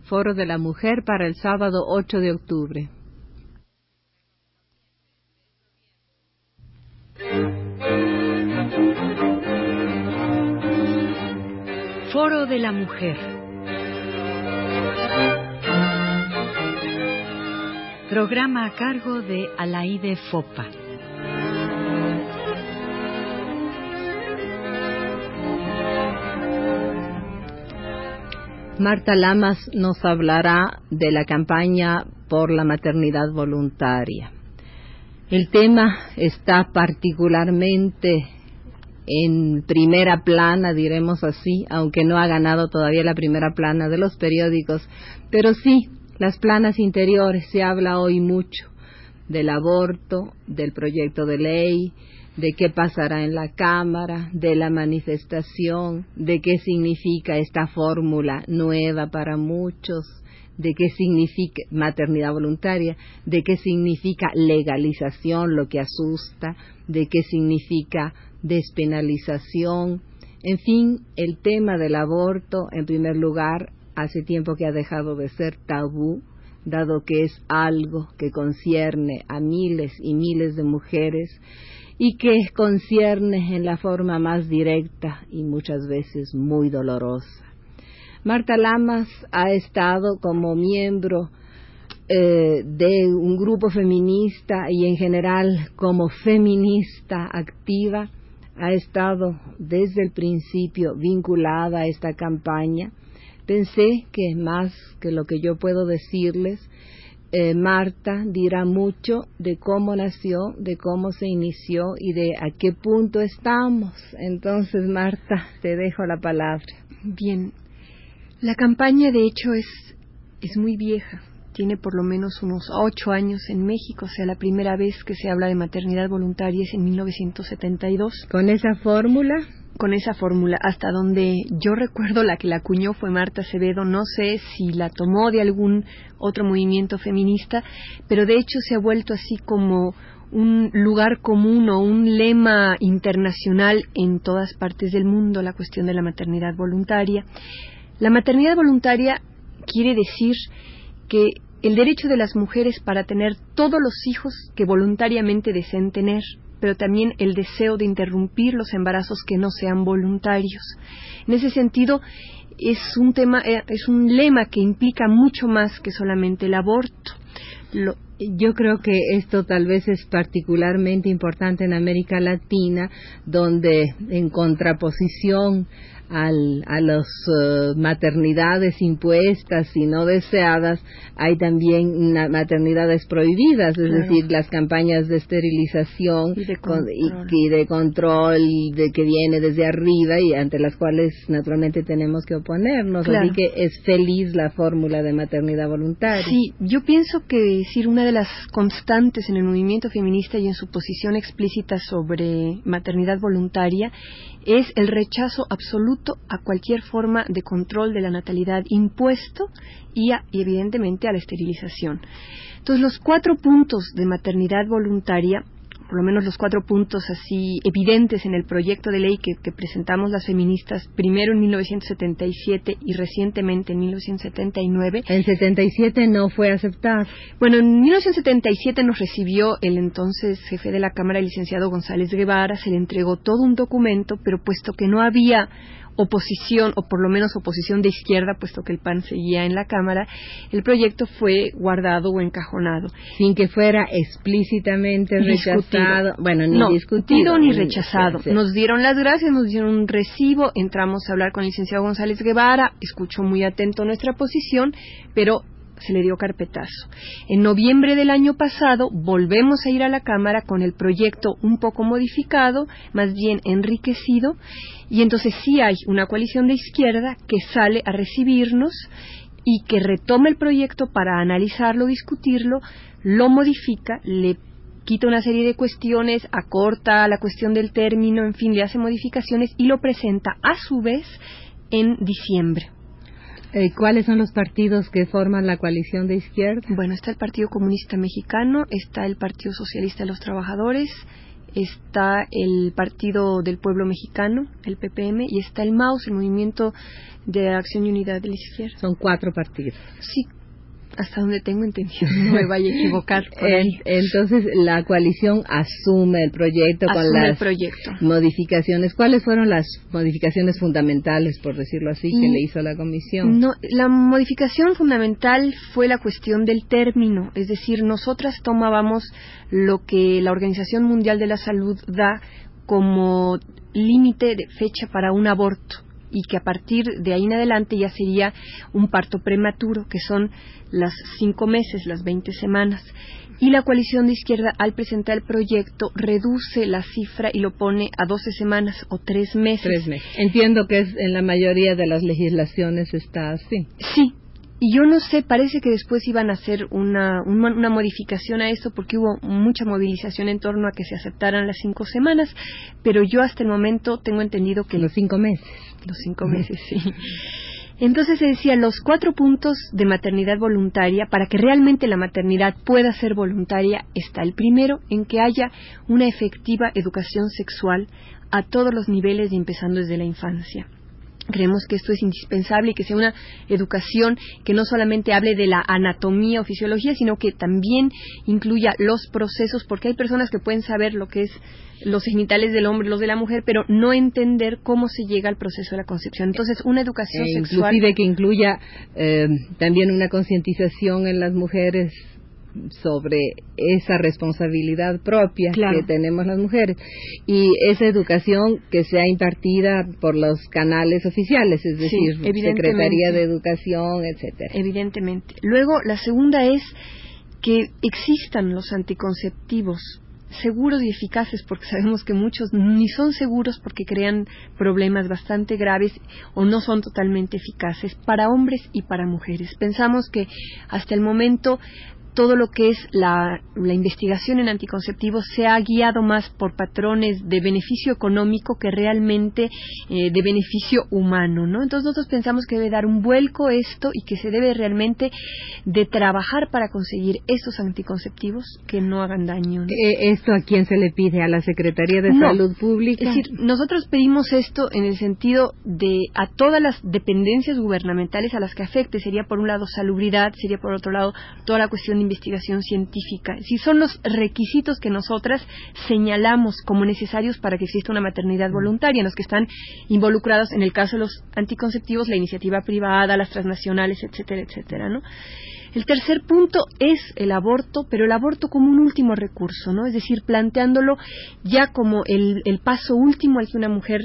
Foro de la Mujer para el sábado 8 de octubre. Foro de la Mujer. Programa a cargo de Alaide Fopa. Marta Lamas nos hablará de la campaña por la maternidad voluntaria. El tema está particularmente en primera plana, diremos así, aunque no ha ganado todavía la primera plana de los periódicos, pero sí, las planas interiores. Se habla hoy mucho del aborto, del proyecto de ley, de qué pasará en la Cámara, de la manifestación, de qué significa esta fórmula nueva para muchos, de qué significa maternidad voluntaria, de qué significa legalización, lo que asusta, de qué significa despenalización. En fin, el tema del aborto, en primer lugar, hace tiempo que ha dejado de ser tabú, dado que es algo que concierne a miles y miles de mujeres y que concierne en la forma más directa y muchas veces muy dolorosa. Marta Lamas ha estado como miembro de un grupo feminista y en general como feminista activa, ha estado desde el principio vinculada a esta campaña. Pensé que más que lo que yo puedo decirles, Marta dirá mucho de cómo nació, de cómo se inició y de a qué punto estamos. Entonces, Marta, te dejo la palabra. Bien, la campaña de hecho es muy vieja, tiene por lo menos unos 8 años en México, o sea, la primera vez que se habla de maternidad voluntaria es en 1972. ¿Con esa fórmula? Con esa fórmula, hasta donde yo recuerdo la que la acuñó fue Marta Acevedo, no sé si la tomó de algún otro movimiento feminista, pero de hecho se ha vuelto así como un lugar común o un lema internacional en todas partes del mundo, la cuestión de la maternidad voluntaria. La maternidad voluntaria quiere decir que el derecho de las mujeres para tener todos los hijos que voluntariamente deseen tener, pero también el deseo de interrumpir los embarazos que no sean voluntarios. En ese sentido, es un lema que implica mucho más que solamente el aborto. Yo creo que esto tal vez es particularmente importante en América Latina, donde en contraposición a las maternidades impuestas y no deseadas, hay también maternidades prohibidas, es decir, las campañas de esterilización y de control de que viene desde arriba y ante las cuales naturalmente tenemos que oponernos. Así que es feliz la fórmula de maternidad voluntaria. Sí, yo pienso que decir una de las constantes en el movimiento feminista y en su posición explícita sobre maternidad voluntaria es el rechazo absoluto a cualquier forma de control de la natalidad impuesto y evidentemente a la esterilización. Entonces, los 4 puntos de maternidad voluntaria, por lo menos los 4 puntos así evidentes en el proyecto de ley que presentamos las feministas, primero en 1977 y recientemente en 1979. En 77 no fue aceptado. Bueno, en 1977 nos recibió el entonces jefe de la Cámara, el licenciado González Guevara, se le entregó todo un documento, pero puesto que no había oposición, o por lo menos oposición de izquierda, puesto que el PAN seguía en la Cámara, el proyecto fue guardado o encajonado. Sin que fuera explícitamente rechazado. Bueno, ni discutido ni rechazado. Sí. Nos dieron las gracias, nos dieron un recibo, entramos a hablar con el licenciado González Guevara, escuchó muy atento nuestra posición, pero se le dio carpetazo. En noviembre del año pasado volvemos a ir a la Cámara con el proyecto un poco modificado, más bien enriquecido, y entonces sí hay una coalición de izquierda que sale a recibirnos y que retoma el proyecto para analizarlo, discutirlo, lo modifica, le quita una serie de cuestiones, acorta la cuestión del término, en fin, le hace modificaciones y lo presenta a su vez en diciembre. ¿Cuáles son los partidos que forman la coalición de izquierda? Bueno, está el Partido Comunista Mexicano, está el Partido Socialista de los Trabajadores está el Partido del Pueblo Mexicano, el PPM, y está el MAUS, el Movimiento de Acción y Unidad de la Izquierda. Son 4 partidos. Sí, hasta donde tengo entendido, no me vaya a equivocar por ahí. Entonces, la coalición asume el proyecto con las modificaciones. ¿Cuáles fueron las modificaciones fundamentales, por decirlo así, que le hizo la comisión? No, la modificación fundamental fue la cuestión del término, es decir, nosotras tomábamos lo que la Organización Mundial de la Salud da como límite de fecha para un aborto, y que a partir de ahí en adelante ya sería un parto prematuro, que son las 5 meses, las 20 semanas. Y la coalición de izquierda, al presentar el proyecto, reduce la cifra y lo pone a 12 semanas o 3 meses. 3 meses. Entiendo que en la mayoría de las legislaciones está así. Sí. Y yo no sé, parece que después iban a hacer una modificación a eso, porque hubo mucha movilización en torno a que se aceptaran las 5 semanas, pero yo hasta el momento tengo entendido que... Los 5 meses. Los 5 meses, sí. Entonces se decía, los 4 puntos de maternidad voluntaria, para que realmente la maternidad pueda ser voluntaria, está el primero, en que haya una efectiva educación sexual a todos los niveles, empezando desde la infancia. Creemos que esto es indispensable y que sea una educación que no solamente hable de la anatomía o fisiología, sino que también incluya los procesos, porque hay personas que pueden saber lo que es los genitales del hombre, los de la mujer, pero no entender cómo se llega al proceso de la concepción. Entonces, una educación sexual... Inclusive que incluya también una concientización en las mujeres sobre esa responsabilidad propia que tenemos las mujeres, y esa educación que sea impartida por los canales oficiales, es decir, Secretaría de Educación, etcétera. Evidentemente. Luego, la segunda es que existan los anticonceptivos seguros y eficaces, porque sabemos que muchos ni son seguros porque crean problemas bastante graves o no son totalmente eficaces para hombres y para mujeres. Pensamos que hasta el momento todo lo que es la investigación en anticonceptivos se ha guiado más por patrones de beneficio económico que realmente de beneficio humano, ¿no? Entonces nosotros pensamos que debe dar un vuelco esto y que se debe realmente de trabajar para conseguir esos anticonceptivos que no hagan daño, ¿no? ¿Esto a quién se le pide? ¿A la Secretaría de Salud Pública? Es decir, nosotros pedimos esto en el sentido de a todas las dependencias gubernamentales a las que afecte. Sería por un lado salubridad, sería por otro lado toda la cuestión de investigación científica. Si son los requisitos que nosotras señalamos como necesarios para que exista una maternidad voluntaria, en los que están involucrados, en el caso de los anticonceptivos, la iniciativa privada, las transnacionales, etcétera, etcétera, ¿no? El tercer punto es el aborto, pero el aborto como un último recurso, ¿no? Es decir, planteándolo ya como el paso último al que una mujer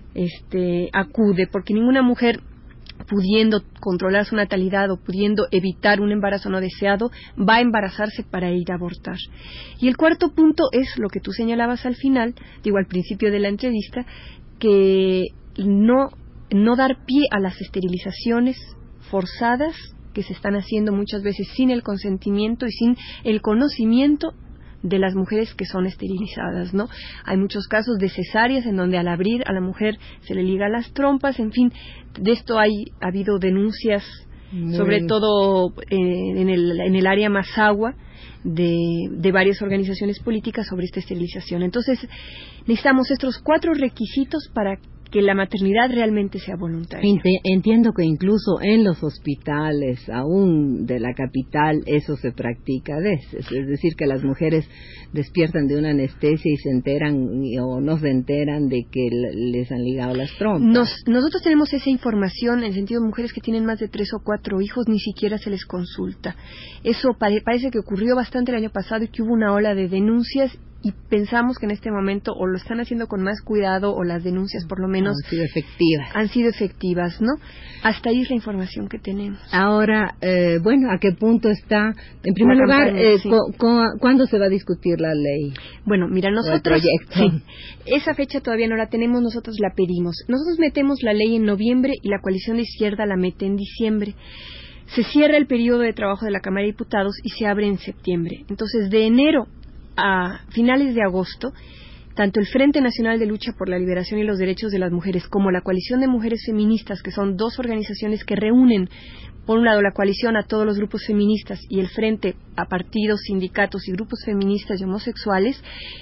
acude, porque ninguna mujer, pudiendo controlar su natalidad o pudiendo evitar un embarazo no deseado, va a embarazarse para ir a abortar. Y el cuarto punto es lo que tú señalabas al final, al principio de la entrevista, que no dar pie a las esterilizaciones forzadas que se están haciendo muchas veces sin el consentimiento y sin el conocimiento de las mujeres que son esterilizadas, ¿no? Hay muchos casos de cesáreas en donde al abrir a la mujer se le liga las trompas, en fin, de esto ha habido denuncias, sobre todo en el área Mazahua, de varias organizaciones políticas sobre esta esterilización. Entonces, necesitamos estos 4 requisitos para que la maternidad realmente sea voluntaria. Entiendo que incluso en los hospitales, aún de la capital, eso se practica a veces. Es decir, que las mujeres despiertan de una anestesia y se enteran o no se enteran de que les han ligado las trompas. Nosotros tenemos esa información en el sentido de mujeres que tienen más de 3 o 4 hijos, ni siquiera se les consulta. Eso parece que ocurrió bastante el año pasado y que hubo una ola de denuncias, y pensamos que en este momento o lo están haciendo con más cuidado o las denuncias por lo menos han sido efectivas, ¿no? Hasta ahí es la información que tenemos. Ahora, ¿a qué punto está? En primer lugar, ¿cuándo se va a discutir la ley? Bueno, mira, nosotros esa fecha todavía no la tenemos, nosotros la pedimos. Nosotros metemos la ley en noviembre y la coalición de izquierda la mete en diciembre. Se cierra el periodo de trabajo de la Cámara de Diputados y se abre en septiembre. Entonces, de enero a finales de agosto, tanto el Frente Nacional de Lucha por la Liberación y los Derechos de las Mujeres como la Coalición de Mujeres Feministas, que son 2 organizaciones que reúnen, por un lado, la coalición a todos los grupos feministas y el Frente a partidos, sindicatos y grupos feministas y homosexuales,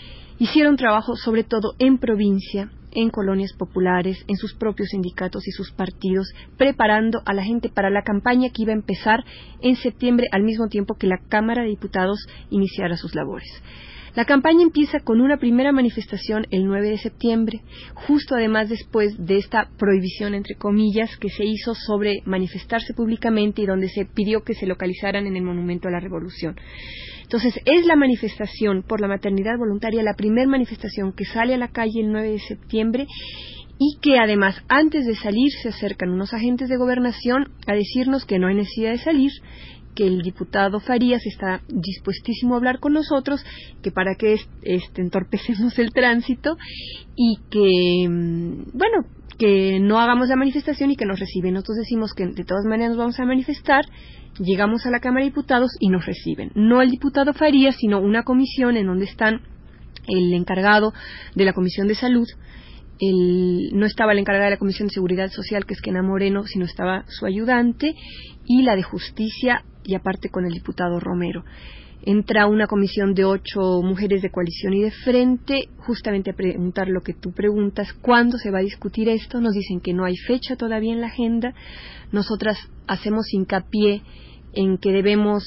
hicieron trabajo sobre todo en provincia, en colonias populares, en sus propios sindicatos y sus partidos, preparando a la gente para la campaña que iba a empezar en septiembre, al mismo tiempo que la Cámara de Diputados iniciara sus labores. La campaña empieza con una primera manifestación el 9 de septiembre, justo además después de esta prohibición, entre comillas, que se hizo sobre manifestarse públicamente y donde se pidió que se localizaran en el Monumento a la Revolución. Entonces, es la manifestación por la maternidad voluntaria, la primera manifestación que sale a la calle el 9 de septiembre y que además, antes de salir, se acercan unos agentes de gobernación a decirnos que no hay necesidad de salir, que el diputado Farías está dispuestísimo a hablar con nosotros, que para qué entorpecemos el tránsito y que, bueno, que no hagamos la manifestación y que nos reciben. Nosotros decimos que de todas maneras nos vamos a manifestar, llegamos a la Cámara de Diputados y nos reciben. No el diputado Farías, sino una comisión en donde están el encargado de la Comisión de Salud, no estaba la encargada de la Comisión de Seguridad Social, que es Kena Moreno, sino estaba su ayudante, y la de Justicia, y aparte con el diputado Romero. Entra una comisión de 8 mujeres de coalición y de frente, justamente a preguntar lo que tú preguntas, ¿cuándo se va a discutir esto? Nos dicen que no hay fecha todavía en la agenda. Nosotras hacemos hincapié en que debemos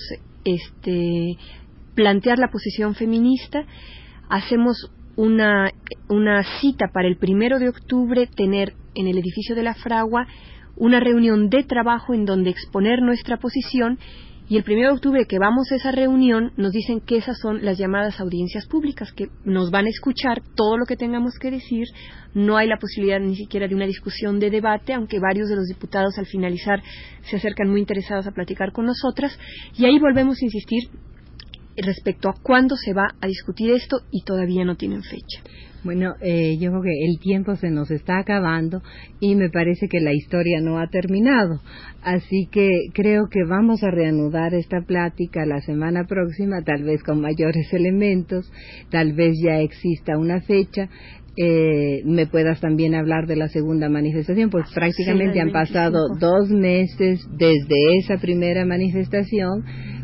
plantear la posición feminista. Hacemos una cita para el 1 de octubre, tener en el edificio de la Fragua una reunión de trabajo en donde exponer nuestra posición, y el 1 de octubre que vamos a esa reunión nos dicen que esas son las llamadas audiencias públicas, que nos van a escuchar todo lo que tengamos que decir. No hay la posibilidad ni siquiera de una discusión de debate, aunque varios de los diputados al finalizar se acercan muy interesados a platicar con nosotras, y ahí volvemos a insistir respecto a cuándo se va a discutir esto, y todavía no tienen fecha. Bueno, yo creo que el tiempo se nos está acabando y me parece que la historia no ha terminado, así que creo que vamos a reanudar esta plática la semana próxima, tal vez con mayores elementos, tal vez ya exista una fecha. Me puedas también hablar de la segunda manifestación, pues prácticamente han pasado 2 meses desde esa primera manifestación.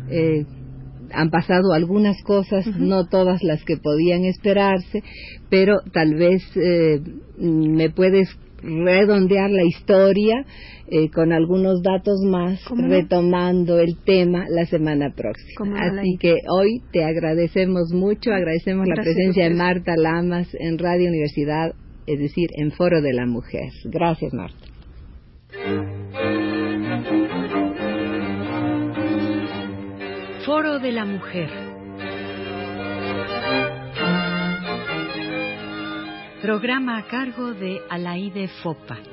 Han pasado algunas cosas, no todas las que podían esperarse, pero tal vez me puedes redondear la historia con algunos datos más, retomando el tema la semana próxima. Así que hoy te agradecemos mucho, agradecemos la presencia de Marta Lamas en Radio Universidad, es decir, en Foro de la Mujer. Gracias, Marta. Foro de la Mujer. Programa a cargo de Alaide Fopa.